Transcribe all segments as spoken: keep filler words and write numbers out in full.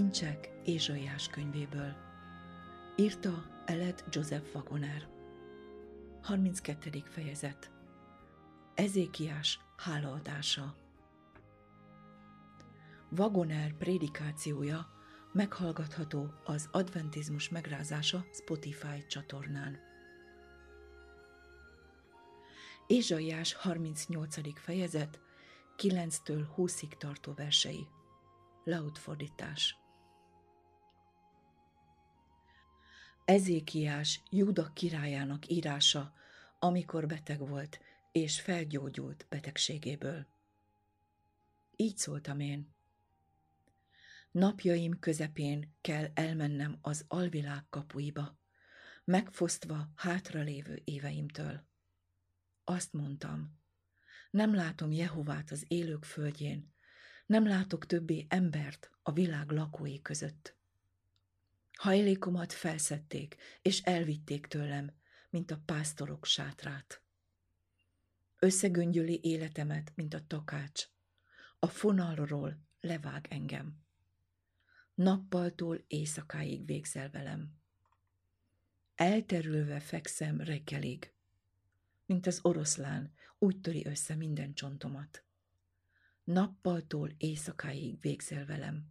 Kincsek Ézsaiás könyvéből. Írta Eled Joseph Wagoner. harminckettedik fejezet. Ezékiás hálaadása. Wagoner prédikációja meghallgatható az Adventizmus megrázása Spotify csatornán. Ézsaiás harmincnyolcadik fejezet, kilenctől húszig tartó versei. Laut fordítás. Ezékiás Júda királyának írása, amikor beteg volt, és felgyógyult betegségéből. Így szóltam én. Napjaim közepén kell elmennem az alvilág kapuiba, megfosztva hátralévő éveimtől. Azt mondtam, nem látom Jehovát az élők földjén, nem látok többé embert a világ lakói között. Hajlékomat felszedték, és elvitték tőlem, mint a pásztorok sátrát. Összegöngyöli életemet, mint a takács. A fonalról levág engem. Nappaltól éjszakáig végzel velem. Elterülve fekszem reggelig. Mint az oroszlán, úgy töri össze minden csontomat. Nappaltól éjszakáig végzel velem.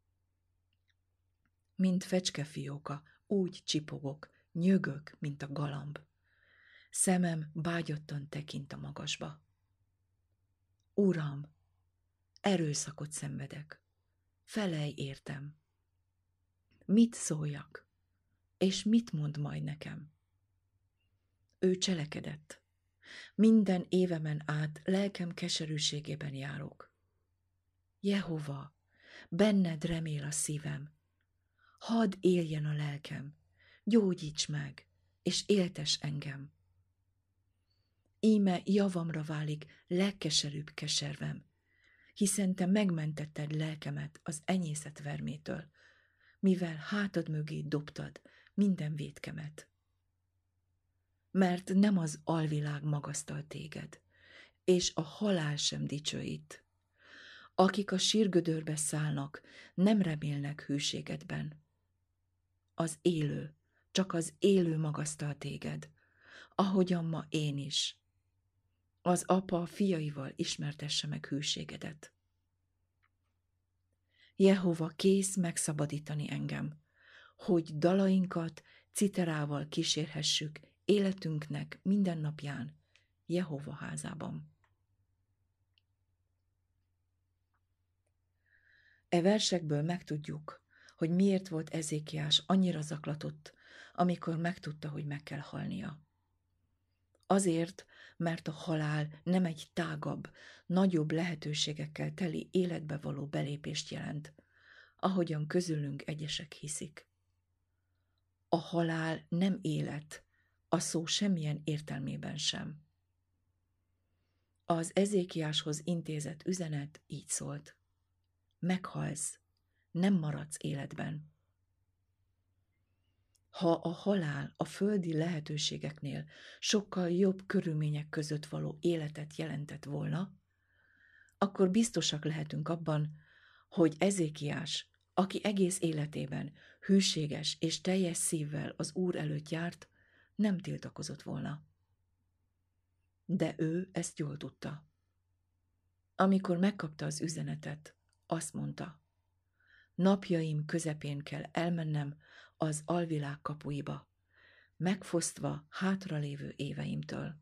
Mint fecskefióka, úgy csipogok, nyögök, mint a galamb. Szemem bágyottan tekint a magasba. Uram, erőszakot szenvedek. Felelj értem. Mit szóljak? És mit mond majd nekem? Ő cselekedett. Minden évemen át lelkem keserűségében járok. Jehova, benned remél a szívem. Hadd éljen a lelkem, gyógyíts meg, és éltes engem. Íme javamra válik legkeserűbb keservem, hiszen te megmentetted lelkemet az enyészet vermétől, mivel hátad mögé dobtad minden vétkemet. Mert nem az alvilág magasztal téged, és a halál sem dicsőít. Akik a sírgödörbe szállnak, nem remélnek hűségedben. Az élő, csak az élő magasztal téged, ahogyan ma én is. Az apa fiaival ismertesse meg hűségedet. Jehova kész megszabadítani engem, hogy dalainkat citerával kísérhessük életünknek minden napján Jehova házában. E versekből megtudjuk, hogy miért volt Ezékiás annyira zaklatott, amikor megtudta, hogy meg kell halnia. Azért, mert a halál nem egy tágabb, nagyobb lehetőségekkel teli életbe való belépést jelent, ahogyan közülünk egyesek hiszik. A halál nem élet, a szó semmilyen értelmében sem. Az Ezékiáshoz intézett üzenet így szólt. Meghalsz, nem maradsz életben. Ha a halál a földi lehetőségeknél sokkal jobb körülmények között való életet jelentett volna, akkor biztosak lehetünk abban, hogy Ezékiás, aki egész életében hűséges és teljes szívvel az Úr előtt járt, nem tiltakozott volna. De ő ezt jól tudta. Amikor megkapta az üzenetet, azt mondta, napjaim közepén kell elmennem az alvilág kapuiba, megfosztva hátralévő éveimtől.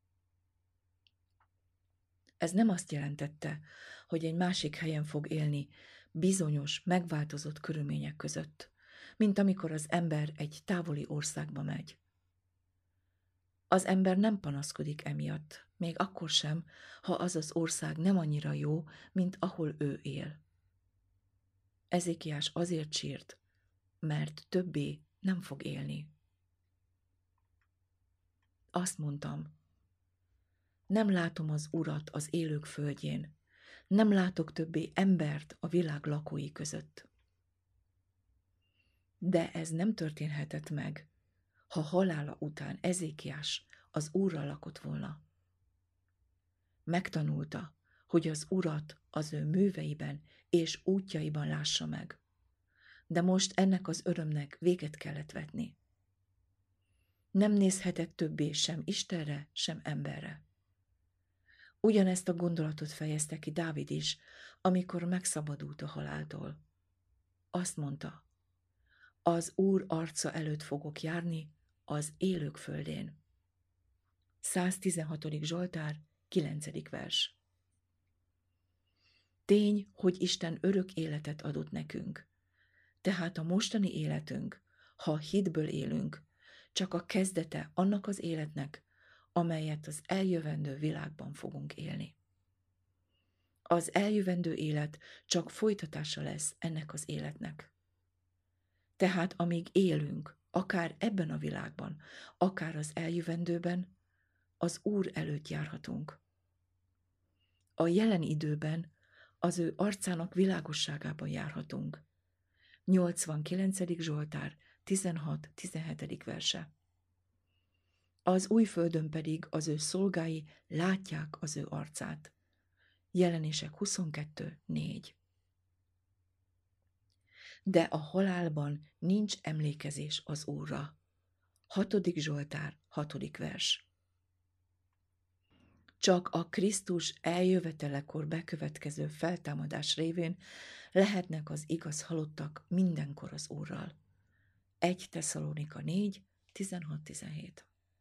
Ez nem azt jelentette, hogy egy másik helyen fog élni bizonyos, megváltozott körülmények között, mint amikor az ember egy távoli országba megy. Az ember nem panaszkodik emiatt, még akkor sem, ha az az ország nem annyira jó, mint ahol ő él. Ezékiás azért sírt, mert többé nem fog élni. Azt mondtam, nem látom az Urat az élők földjén, nem látok többé embert a világ lakói között. De ez nem történhetett meg, ha halála után Ezékiás az Úrral lakott volna. Megtanulta, hogy az Urat az ő műveiben és útjaiban lássa meg. de most ennek az örömnek véget kellett vetni. Nem nézhetett többé sem Istenre, sem emberre. Ugyanezt a gondolatot fejezte ki Dávid is, amikor megszabadult a haláltól. Azt mondta, az Úr arca előtt fogok járni az élők földén. száztizenhatodik Zsoltár, kilencedik vers. Tény, hogy Isten örök életet adott nekünk. Tehát a mostani életünk, ha hitből élünk, csak a kezdete annak az életnek, amelyet az eljövendő világban fogunk élni. Az eljövendő élet csak folytatása lesz ennek az életnek. Tehát amíg élünk, akár ebben a világban, akár az eljövendőben, az Úr előtt járhatunk. A jelen időben az ő arcának világosságában járhatunk. nyolcvankilencedik Zsoltár, tizenhat-tizenhetedik verse. Az új földön pedig az ő szolgái látják az ő arcát. Jelenések huszonkettő négy. De a halálban nincs emlékezés az Úrra. hatodik Zsoltár, hatodik vers. Csak a Krisztus eljövetelekor bekövetkező feltámadás révén lehetnek az igaz halottak mindenkor az Úrral. egy Tesszalonika négy, tizenhat-tizenhét.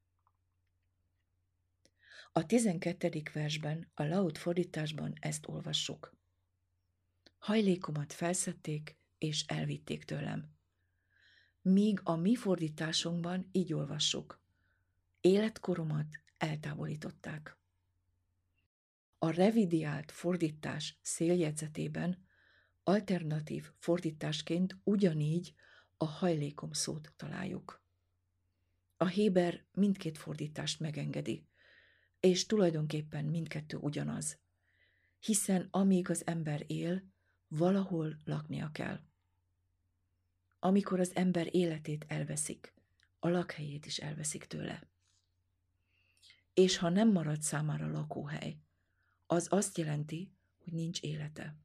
A tizenkettedik versben, a Laud fordításban ezt olvassuk. Hajlékomat felszedték, és elvitték tőlem. Míg a mi fordításunkban így olvassuk. Életkoromat eltávolították. A revidiált fordítás széljegyzetében alternatív fordításként ugyanígy a hajlékom szót találjuk. A héber mindkét fordítást megengedi, és tulajdonképpen mindkettő ugyanaz, hiszen amíg az ember él, valahol laknia kell. Amikor az ember életét elveszik, a lakhelyét is elveszik tőle. És ha nem marad számára lakóhely, az azt jelenti, hogy nincs élete.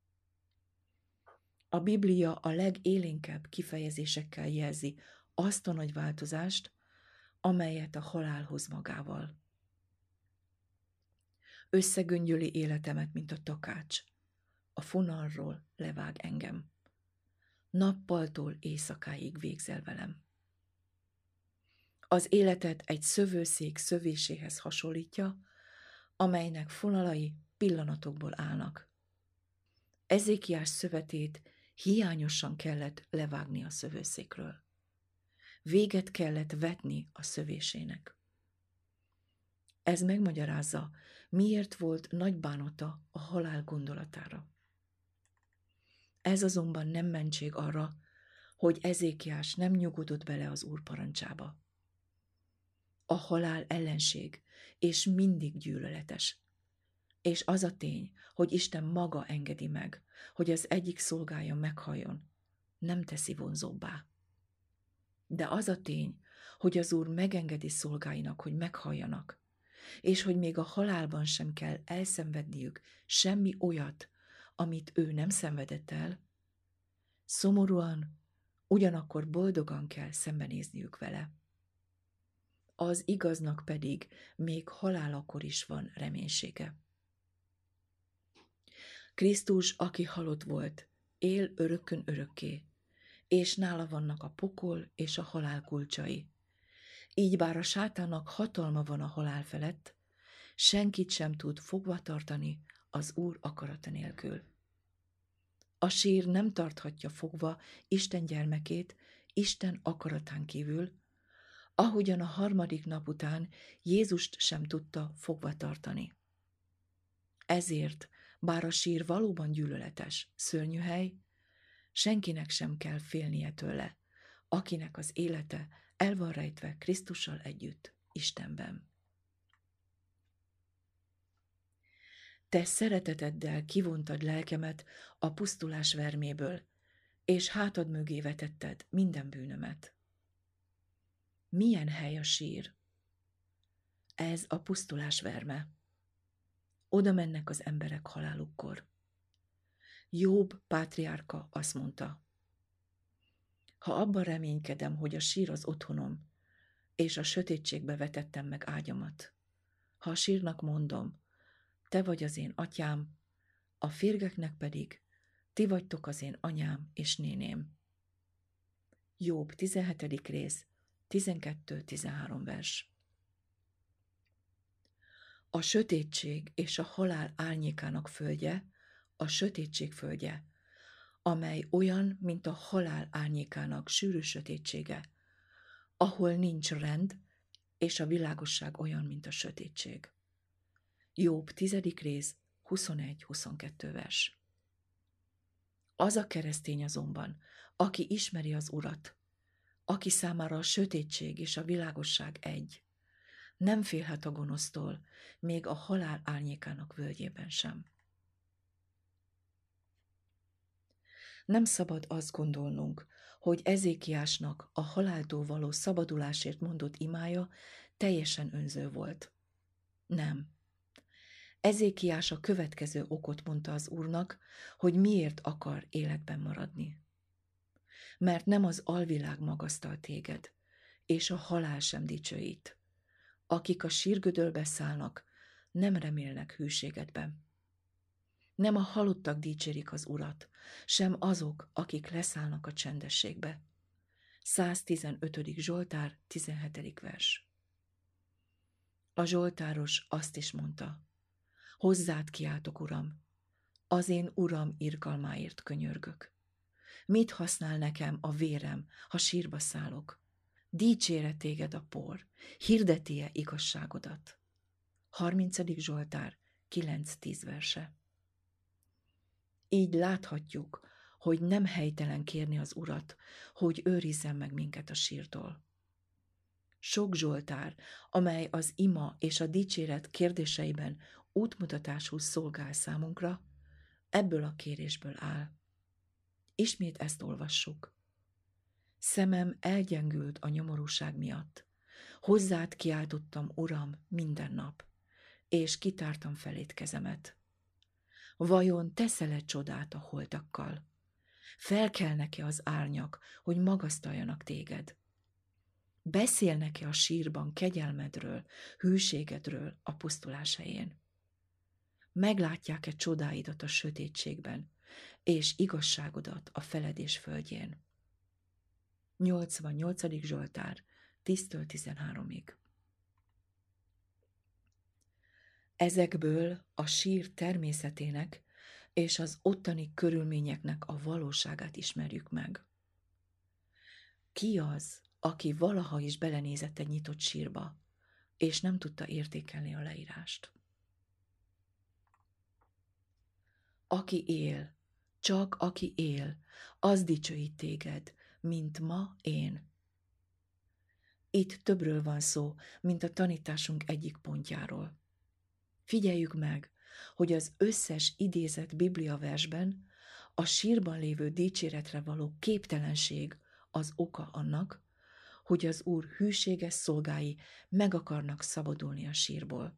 A Biblia a legélénkebb kifejezésekkel jelzi azt a nagy változást, amelyet a halál hoz magával. Összegöngyöli életemet, mint a takács. A fonalról levág engem. Nappaltól éjszakáig végzel velem. Az életet egy szövőszék szövéséhez hasonlítja, amelynek fonalai pillanatokból állnak. Ezékiás szövetét hiányosan kellett levágni a szövőszékről. Véget kellett vetni a szövésének. Ez megmagyarázza, miért volt nagy bánata a halál gondolatára. Ez azonban nem mentség arra, hogy Ezékiás nem nyugodott bele az Úr parancsába. A halál ellenség, és mindig gyűlöletes. És az a tény, hogy Isten maga engedi meg, hogy az egyik szolgája meghalljon, nem teszi vonzóbbá. De az a tény, hogy az Úr megengedi szolgáinak, hogy meghalljanak, és hogy még a halálban sem kell elszenvedniük semmi olyat, amit ő nem szenvedett el, szomorúan, ugyanakkor boldogan kell szembenézniük vele. Az igaznak pedig még halálakor is van reménysége. Krisztus, aki halott volt, él örökkön örökké, és nála vannak a pokol és a halál kulcsai. Így bár a sátának hatalma van a halál felett, senkit sem tud fogva tartani az Úr akarata nélkül. A sír nem tarthatja fogva Isten gyermekét Isten akaratán kívül, ahogyan a harmadik nap után Jézust sem tudta fogva tartani. Ezért, bár a sír valóban gyűlöletes, szörnyű hely, senkinek sem kell félnie tőle, akinek az élete el van rejtve Krisztussal együtt, Istenben. Te szereteteddel kivontad lelkemet a pusztulás verméből, és hátad mögé vetetted minden bűnömet. Milyen hely a sír? Ez a pusztulás verme. Oda mennek az emberek halálukkor. Jobb pátriárka azt mondta, Ha abban reménykedem, hogy a sír az otthonom, és a sötétségbe vetettem meg ágyamat, ha a sírnak mondom, te vagy az én atyám, a férgeknek pedig, ti vagytok az én anyám és néném. Jobb tizenhetedik rész, tizenkettő-tizenhárom vers. A sötétség és a halál árnyékának földje, a sötétség földje, amely olyan, mint a halál árnyékának sűrű sötétsége, ahol nincs rend, és a világosság olyan, mint a sötétség. Jobb tizedik rész, huszonegy-huszonkettő vers. Az a keresztény azonban, aki ismeri az Urat, aki számára a sötétség és a világosság egy, nem félhet a gonosztól, még a halál árnyékának völgyében sem. Nem szabad azt gondolnunk, hogy Ezékiásnak a haláltól való szabadulásért mondott imája teljesen önző volt. Nem. Ezékiás a következő okot mondta az Úrnak, hogy miért akar életben maradni. Mert nem az alvilág magasztal téged, és a halál sem dicsőít. Akik a sírgödölbe szállnak, nem remélnek hűségedben. Nem a halottak dicsérik az Urat, sem azok, akik leszállnak a csendességbe. száztizenötödik Zsoltár, tizenhetedik vers. A zsoltáros azt is mondta, hozzád kiáltok, Uram, az én Uram irgalmáért könyörgök. Mit használ nekem a vérem, ha sírba szállok? Dicsére téged a por, hirdeti-e igazságodat? harmincadik Zsoltár, kilenc-tíz verse. Így láthatjuk, hogy nem helytelen kérni az Urat, hogy őrizzen meg minket a sírtól. Sok zsoltár, amely az ima és a dicséret kérdéseiben útmutatásul szolgál számunkra, ebből a kérésből áll. Ismét ezt olvassuk. Szemem elgyengült a nyomorúság miatt. Hozzád kiáltottam, Uram, minden nap, és kitártam felét kezemet. Vajon teszel-e csodát a holtakkal? Felkelnek-e az árnyak, hogy magasztaljanak téged? Beszélnek-e a sírban kegyelmedről, hűségedről a pusztulás helyén? Meglátják-e csodáidat a sötétségben, és igazságodat a feledés földjén? nyolcvannyolcadik Zsoltár, tíztől tizenháromig. Ezekből a sír természetének és az ottani körülményeknek a valóságát ismerjük meg. Ki az, aki valaha is belenézett egy nyitott sírba, és nem tudta értékelni a leírást? Aki él, csak aki él, az dicsőít téged, mint ma én. Itt többről van szó, mint a tanításunk egyik pontjáról. Figyeljük meg, hogy az összes idézett bibliaversben a sírban lévő dicséretre való képtelenség az oka annak, hogy az Úr hűséges szolgái meg akarnak szabadulni a sírból.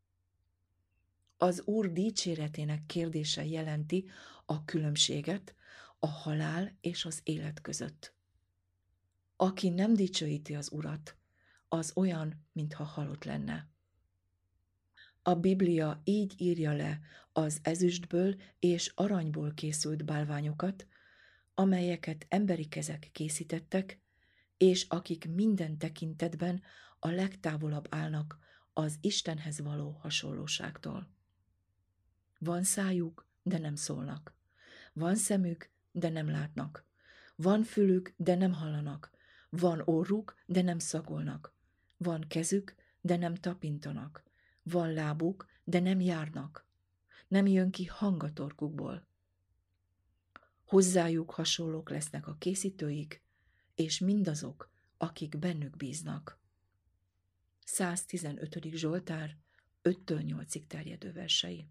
Az Úr dicséretének kérdése jelenti a különbséget a halál és az élet között. Aki nem dicsőíti az Urat, az olyan, mintha halott lenne. A Biblia így írja le az ezüstből és aranyból készült bálványokat, amelyeket emberi kezek készítettek, és akik minden tekintetben a legtávolabb állnak az Istenhez való hasonlóságtól. Van szájuk, de nem szólnak. Van szemük, de nem látnak. Van fülük, de nem hallanak. Van orruk, de nem szagolnak. Van kezük, de nem tapintanak. Van lábuk, de nem járnak. Nem jön ki hang a torkukból. Hozzájuk hasonlók lesznek a készítőik, és mindazok, akik bennük bíznak. száztizenötödik Zsoltár, öttől nyolcig terjedő versei.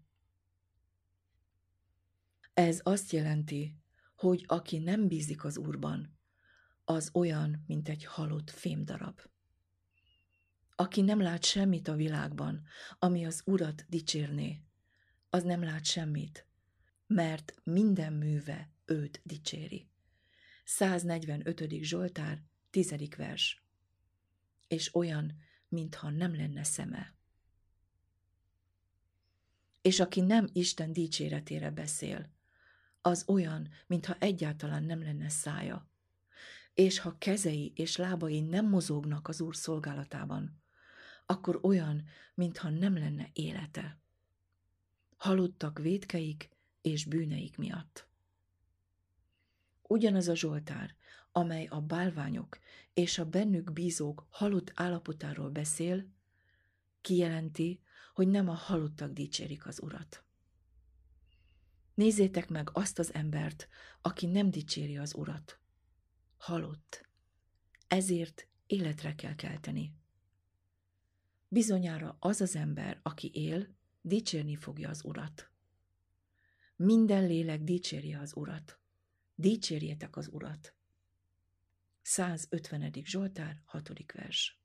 Ez azt jelenti, hogy aki nem bízik az Úrban, az olyan, mint egy halott fémdarab. Aki nem lát semmit a világban, ami az Urat dicsérné, az nem lát semmit, mert minden műve őt dicséri. száznegyvenötödik Zsoltár, tizedik vers. És olyan, mintha nem lenne szeme. És aki nem Isten dicséretére beszél, az olyan, mintha egyáltalán nem lenne szája. És ha kezei és lábai nem mozognak az Úr szolgálatában, akkor olyan, mintha nem lenne élete. Halottak vétkeik és bűneik miatt. Ugyanaz a Zsoltár, amely a bálványok és a bennük bízók halott állapotáról beszél, kijelenti, hogy nem a halottak dicsérik az Urat. Nézzétek meg azt az embert, aki nem dicséri az Urat. Halott. Ezért életre kell kelteni. Bizonyára az az ember, aki él, dicsérni fogja az Urat. Minden lélek dicsérje az Urat. Dicsérjétek az Urat. százötvenedik Zsoltár, hatodik vers.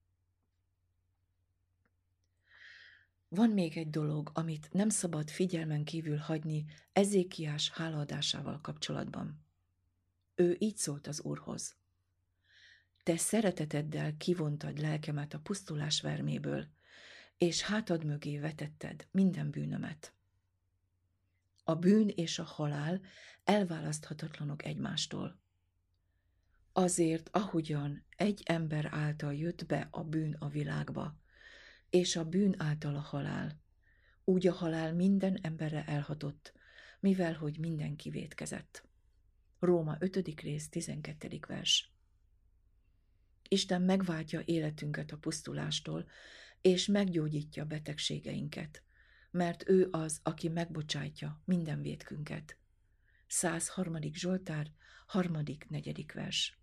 Van még egy dolog, amit nem szabad figyelmen kívül hagyni Ezékiás hálaadásával kapcsolatban. Ő így szólt az Úrhoz. Te szereteteddel kivontad lelkemet a pusztulás verméből, és hátad mögé vetetted minden bűnömet. A bűn és a halál elválaszthatatlanok egymástól. Azért, ahogyan egy ember által jött be a bűn a világba, és a bűn által a halál, úgy a halál minden emberre elhatott, mivel hogy mindenki vétkezett. Róma ötödik rész, tizenkettedik vers. Isten megváltja életünket a pusztulástól, és meggyógyítja betegségeinket, mert ő az, aki megbocsátja minden vétkünket. százharmadik Zsoltár, harmadik, negyedik vers.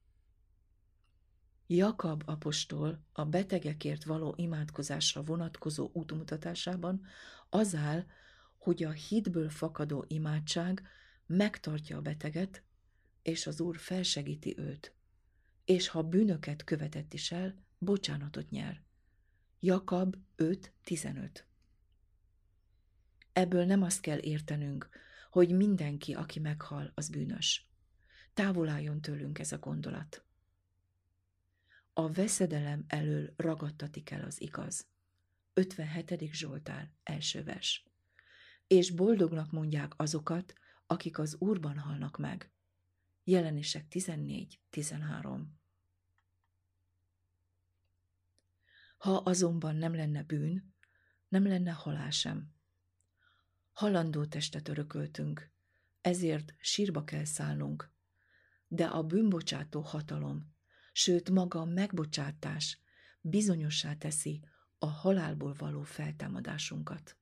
Jakab apostol a betegekért való imádkozásra vonatkozó útmutatásában az áll, hogy a hitből fakadó imádság megtartja a beteget, és az Úr felsegíti őt, és ha bűnöket követett is el, bocsánatot nyer. Jakab öt tizenöt. Ebből nem azt kell értenünk, hogy mindenki, aki meghal, az bűnös. Távol álljon tőlünk ez a gondolat. A veszedelem elől ragadtatik el az igaz. ötvenhetedik Zsoltár, első vers. És boldognak mondják azokat, akik az Úrban halnak meg. Jelenések tizennégy tizenhárom. Ha azonban nem lenne bűn, nem lenne halál sem. Halandó testet örököltünk, ezért sírba kell szállnunk, de a bűnbocsátó hatalom, sőt maga a megbocsátás bizonyossá teszi a halálból való feltámadásunkat.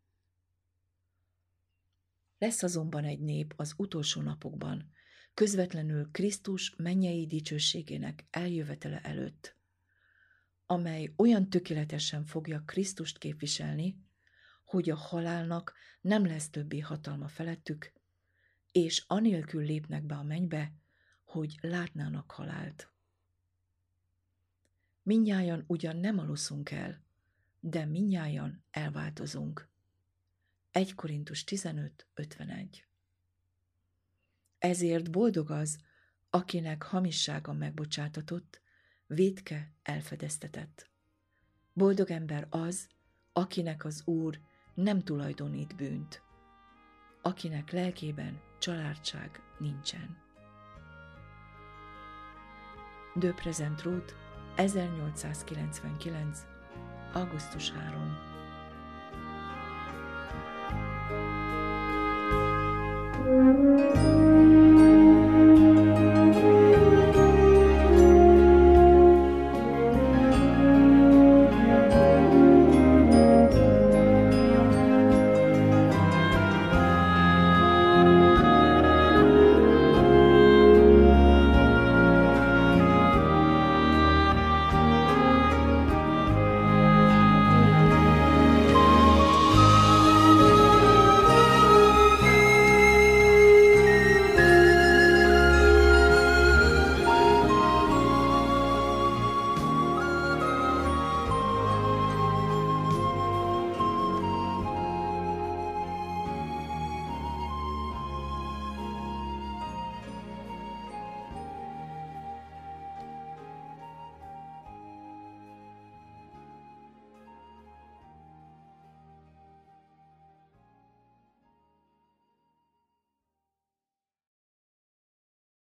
Lesz azonban egy nép az utolsó napokban, közvetlenül Krisztus mennyei dicsőségének eljövetele előtt, amely olyan tökéletesen fogja Krisztust képviselni, hogy a halálnak nem lesz többé hatalma felettük, és anélkül lépnek be a mennybe, hogy látnának halált. Mindnyájan ugyan nem aluszunk el, de mindnyájan elváltozunk. egy Korintus tizenöt ötvenegy. Ezért boldog az, akinek hamissága megbocsátatott, vétke elfedeztetett. Boldog ember az, akinek az Úr nem tulajdonít bűnt, akinek lelkében családság nincsen. De Present Route, ezernyolcszázkilencvenkilenc. augusztus harmadika.